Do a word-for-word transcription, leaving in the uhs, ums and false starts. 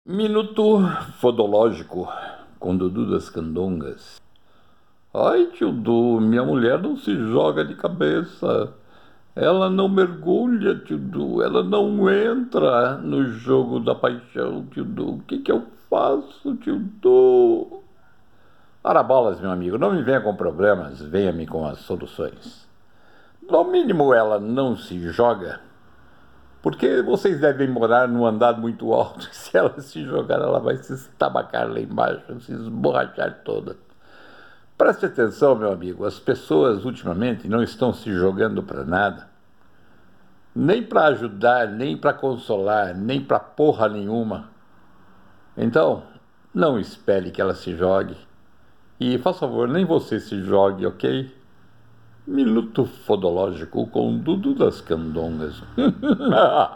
Minuto fodológico com Dudu das Candongas. Ai, tio Du, minha mulher não se joga de cabeça. Ela não mergulha, tio Du. Ela não entra no jogo da paixão, tio Du. O que que eu faço, tio Du? Ora bolas, meu amigo, não me venha com problemas, venha-me com as soluções. No mínimo ela não se joga, porque vocês devem morar num andar muito alto. Se ela se jogar, ela vai se estabacar lá embaixo, se esborrachar toda. Preste atenção, meu amigo, as pessoas ultimamente não estão se jogando para nada, nem para ajudar, nem para consolar, nem para porra nenhuma. Então, não espere que ela se jogue. E, faz favor, nem você se jogue, ok? Minuto fodológico com Dudu das Candongas.